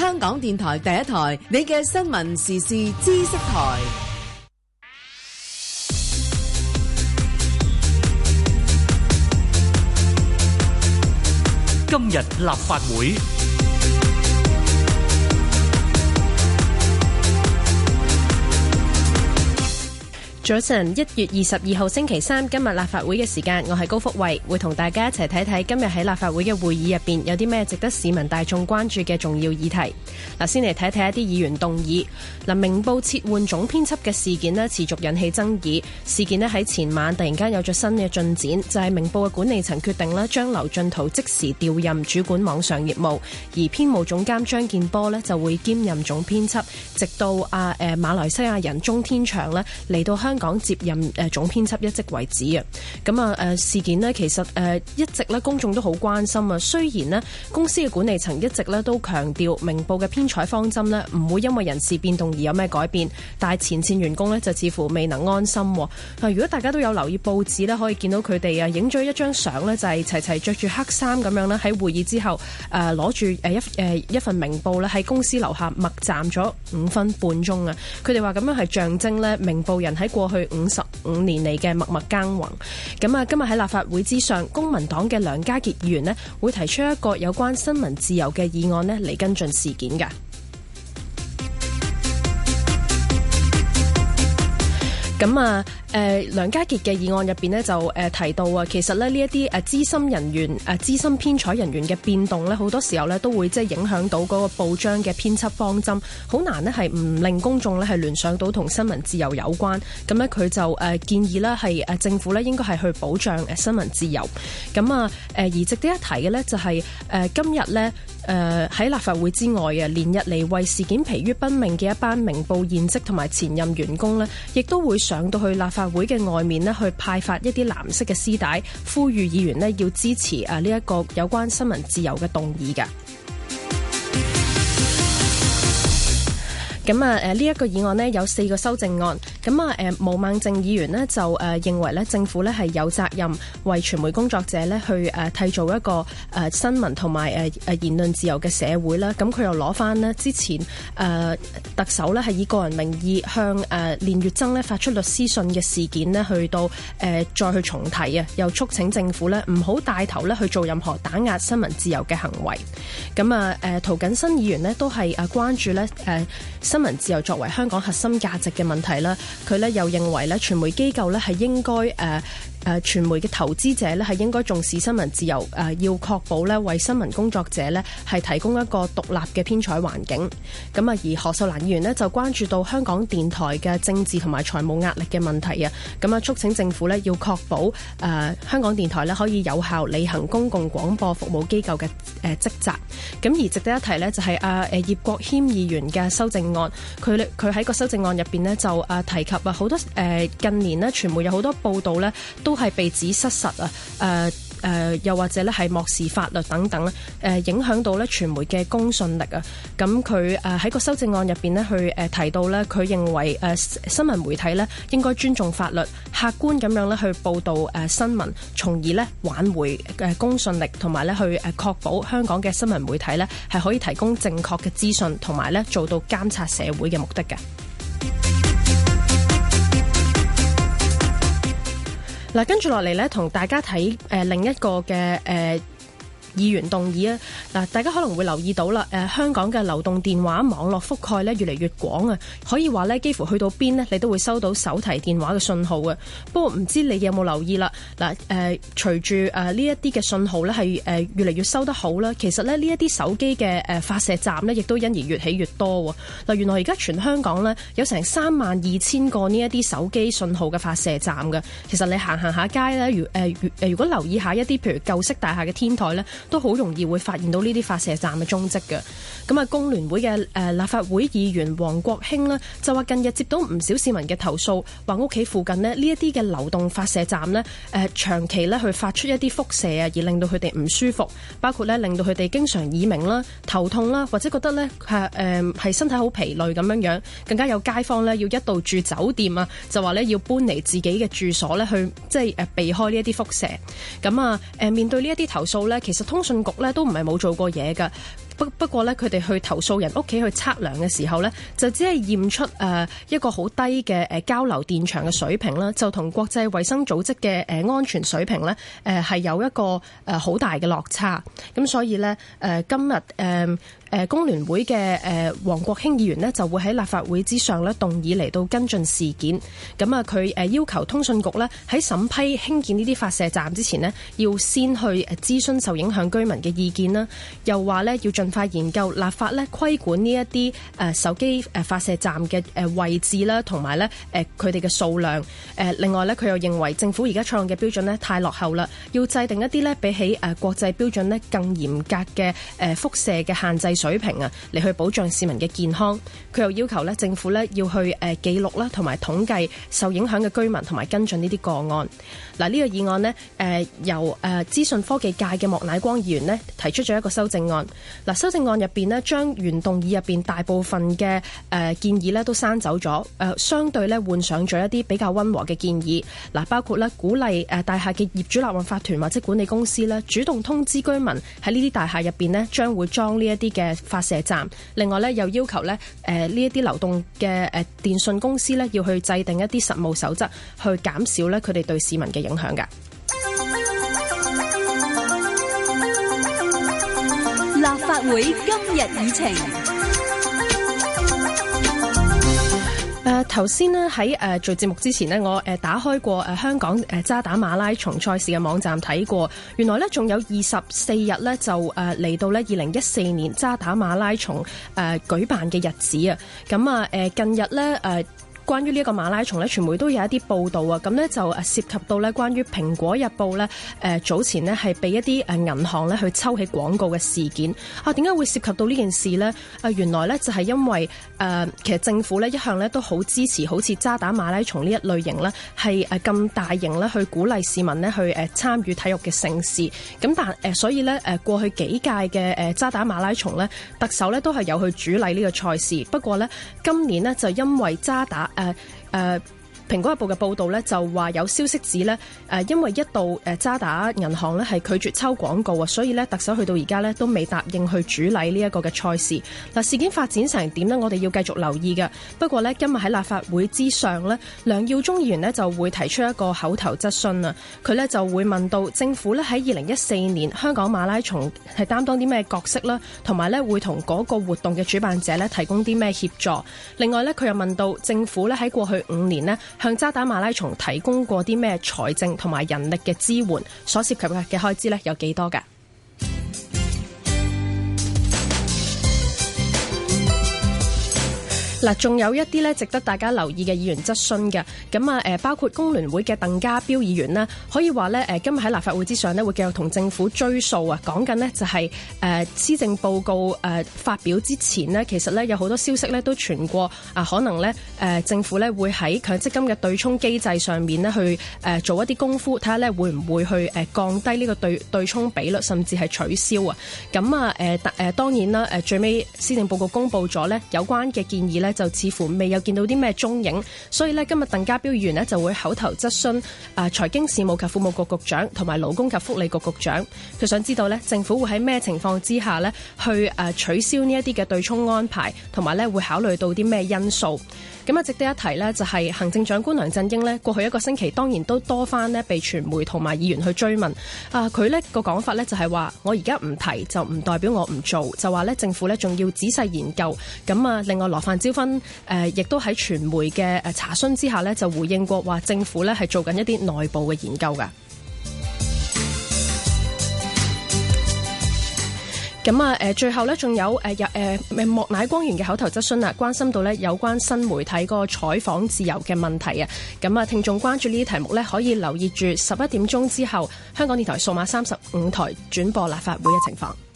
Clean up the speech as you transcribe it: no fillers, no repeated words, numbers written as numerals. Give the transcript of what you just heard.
香港電台第一台，你嘅新聞時事知識台。 今日立法會。 早晨，1月22號星期三，今日立法會嘅時間，我係高福慧，會同大家一齊睇睇今日喺立法會嘅會議入邊有啲咩值得市民大眾關注嘅重要議題。嗱，先嚟睇睇一啲議員動議。嗱，明報撤換總編輯嘅事件呢，持續引起爭議。事件呢喺前晚突然間有咗新嘅進展，就係明報嘅管理層決定呢將劉進圖即時調任主管網上業務，而編務總監張建波呢就會兼任總編輯，直到馬來西亞人鍾天祥呢嚟到香港接任總編輯一職為止啊。咁事件呢其實一直呢公眾都好關心啊。雖然呢公司嘅管理層一直呢都強調明報嘅編採方針呢唔會因為人事變動而有咩改變，但係前線員工呢就似乎未能安心。如果大家都有留意報紙呢，可以見到佢哋影咗一張相呢，就係齊齊着住黑衫咁樣呢，喺會議之後攞住一份明報呢喺公司樓下默站咗5分半鐘啊。佢哋話咁樣係象徵呢明報人喺過去55年嚟嘅默默耕耘。咁今日喺立法會之上，公民黨嘅梁家傑議員呢會提出一個有關新聞自由嘅議案呢嚟跟進事件嘅。咁梁家傑嘅議案入邊呢就提到其實呢一啲資深人員資深編採人員嘅變動呢，好多時候呢都會即係影響到嗰個報章嘅編輯方針，好難呢係唔令公眾呢係聯想到同新聞自由有關。咁呢佢就建議呢係政府呢應該係去保障新聞自由。咁而值得一提嘅呢就係今日呢喺立法會之外連日嚟為事件疲於奔命嘅一班明報現職同埋前任員工呢，亦都會上到去立法會嘅外面呢，去派發一啲藍色嘅絲帶，呼籲議員呢要支持呢一個有關新聞自由嘅動議嘅。咁呢一個議案呢有4個修正案。咁毛孟靜議員呢就認為呢政府呢係有責任為傳媒工作者呢去締造一個新聞同埋言論自由嘅社會啦。咁佢又攞翻呢之前特首呢係以個人名義向練乙錚呢發出律師信嘅事件呢去到再去重提啊，又促請政府呢唔好帶頭呢去做任何打壓新聞自由嘅行為。咁涂謹申議員呢都係關注呢新聞自由作為香港核心價值嘅問題啦，佢呢又認為呢傳媒機構呢係應該傳媒嘅投資者呢係應該重視新聞自由，要確保呢為新聞工作者呢係提供一個獨立嘅編採環境。咁而何秀蘭議員呢就關注到香港電台嘅政治同埋財務壓力嘅問題啊，咁促請政府呢要確保香港電台呢可以有效履行公共廣播服務機構嘅職責。咁而值得一提呢就係葉國謙議員嘅修正案，佢喺個修正案入邊呢就提及好多近年呢傳媒有好多報道呢都係被指失實又或者咧係漠視法律等等影響到咧傳媒嘅公信力啊。咁佢喺個修正案入邊呢去提到咧，佢認為新聞媒體咧應該尊重法律，客觀咁樣咧去報導新聞，從而咧挽回公信力，同埋咧去確保香港嘅新聞媒體咧係可以提供正確嘅資訊，同埋咧做到監察社會嘅目的嘅。嗱，跟住落嚟咧，同大家睇另一個嘅議員動議啊！嗱，大家可能會留意到啦，香港嘅流動電話網絡覆蓋咧越嚟越廣啊，可以話咧幾乎去到邊呢，你都會收到手提電話嘅信號啊。不過唔知你有冇留意啦？嗱，隨住呢一啲嘅信號咧係越嚟越收得好啦，其實咧呢一啲手機嘅發射站呢，亦都因而越起越多。嗱，原來而家全香港呢，有成32,000個呢一啲手機信號嘅發射站嘅。其實你行下街咧，如果留意下一啲譬如舊式大廈嘅天台咧，都好容易會發現到呢啲發射站嘅蹤跡嘅。咁啊，工聯會嘅立法會議員黃國興呢，就話近日接到唔少市民嘅投訴，話屋企附近呢一啲嘅流動發射站呢，長期呢去發出一啲輻射啊，而令到佢哋唔舒服，包括呢令到佢哋經常耳鳴啦、頭痛啦，或者覺得呢係身體好疲累咁樣樣。更加有街坊呢要一度住酒店啊，就話呢要搬離自己嘅住所呢去即係避開呢一啲輻射。咁啊面對呢一啲投訴呢，其實通訊局呢都唔係冇做過嘢㗎。 不過呢，佢哋去投訴人屋企去測量嘅時候呢，就只係驗出一個好低嘅交流電場嘅水平啦，就同國際衛生組織嘅安全水平呢係有一個好大嘅落差。咁所以呢，今日工聯會嘅黃國興議員呢就會喺立法會之上呢動議嚟到跟進事件。咁啊，佢要求通訊局呢喺審批興建呢啲發射站之前呢，要先去諮詢受影響居民嘅意見啦。又話呢要盡快研究立法呢規管呢一啲手機發射站嘅位置啦，同埋呢佢哋嘅數量。另外呢，佢又認為政府而家採用嘅標準呢太落後啦，要制定一啲呢比起國際標準呢更嚴格嘅輻射嘅限制水平啊，嚟去保障市民嘅健康。佢又要求呢政府呢要去記錄啦，同埋統計受影響嘅居民，同埋跟進呢啲個案。嗱，呢個議案呢由資訊科技界嘅莫乃光議員呢提出咗一個修正案。嗱，修正案入邊呢將原動議入邊大部分嘅建議呢都刪走咗，相對呢換上咗一啲比較溫和嘅建議。嗱，包括呢鼓勵大廈嘅業主立案法團或者管理公司呢主動通知居民喺呢啲大廈入邊呢將會裝呢一啲嘅發射站。另外呢，又要求呢呢一啲流動嘅電訊公司呢要去制定一啲實務守則，去減少呢佢哋對市民嘅影響㗎。 立法會今日議程。 頭先呢喺做節目之前呢，我打開過香港渣打馬拉松賽事嘅網站睇過，原來呢仲有24日呢就嚟到呢2014年渣打馬拉松舉辦嘅日子啊！咁啊近日呢關於呢一個馬拉松呢，傳媒都有一啲報道啊，咁呢就涉及到呢關於《蘋果日報》呢早前呢係被一啲銀行呢去抽起廣告嘅事件啊。點解會涉及到呢件事呢？原來呢就係因為其實政府呢一向呢都好支持好似渣打馬拉松呢一類型呢係咁大型呢去鼓勵市民呢去參與體育嘅盛事。咁但所以呢過去幾屆嘅渣打馬拉松呢，特首呢都係有去主禮呢個賽事。不過呢，今年呢就因為渣打蘋果日報嘅報導呢，就話有消息指呢，因為一度渣打銀行呢係拒絕抽廣告啊，所以呢特首去到而家呢都未答應去主禮呢一個嘅賽事。嗱，事件發展成點呢？我哋要繼續留意嘅。不過呢，今日喺立法會之上呢，梁耀忠議員呢就會提出一個口頭質詢啊。佢呢就會問到政府呢喺2014年香港馬拉松係擔當啲咩角色啦，同埋呢會同嗰個活動嘅主辦者呢提供啲咩協助。另外呢，佢又問到政府呢喺過去5年呢向渣打馬拉松提供過啲咩財政同埋人力嘅支援，所涉及嘅開支呢有幾多㗎？嗱，仲有一啲咧值得大家留意嘅議員質詢嘅，咁啊包括工聯會嘅鄧家彪議員呢，可以話咧今日喺立法會之上呢會繼續同政府追數啊，講緊呢就係施政報告發表之前呢，其實呢有好多消息呢都傳過可能呢政府呢會喺強積金嘅對沖機制上面呢去做一啲功夫，睇下呢會唔會去降低呢個對沖比率，甚至係取消啊。咁啊當然啦，最尾施政報告公布咗呢有關嘅建議呢，就似乎未有見到啲咩蹤影，所以呢，今日鄧家彪議員呢就會口頭質詢財經事務及庫務局局長同埋勞工及福利局局長，佢想知道呢政府會喺咩情況之下呢去取消呢一啲嘅對沖安排，同埋呢會考慮到啲咩因素。咁啊，值得一提呢，就係行政長官梁振英呢過去一個星期當然都多番呢被傳媒同埋議員去追問佢呢個講法呢就係話我而家唔提就唔代表我唔做，就話呢政府呢仲要仔細研究。咁啊，另外羅范椒芬亦都喺傳媒嘅查詢之下呢就回應過話政府呢係做緊一啲內部嘅研究㗎。咁啊，最後呢，仲有莫乃光議員嘅口頭質詢啊，關心到呢有關新媒體嗰個採訪自由嘅問題啊。咁啊，聽眾關注呢啲題目呢，可以留意住11點鐘之後香港電台數碼35台轉播立法會嘅情況。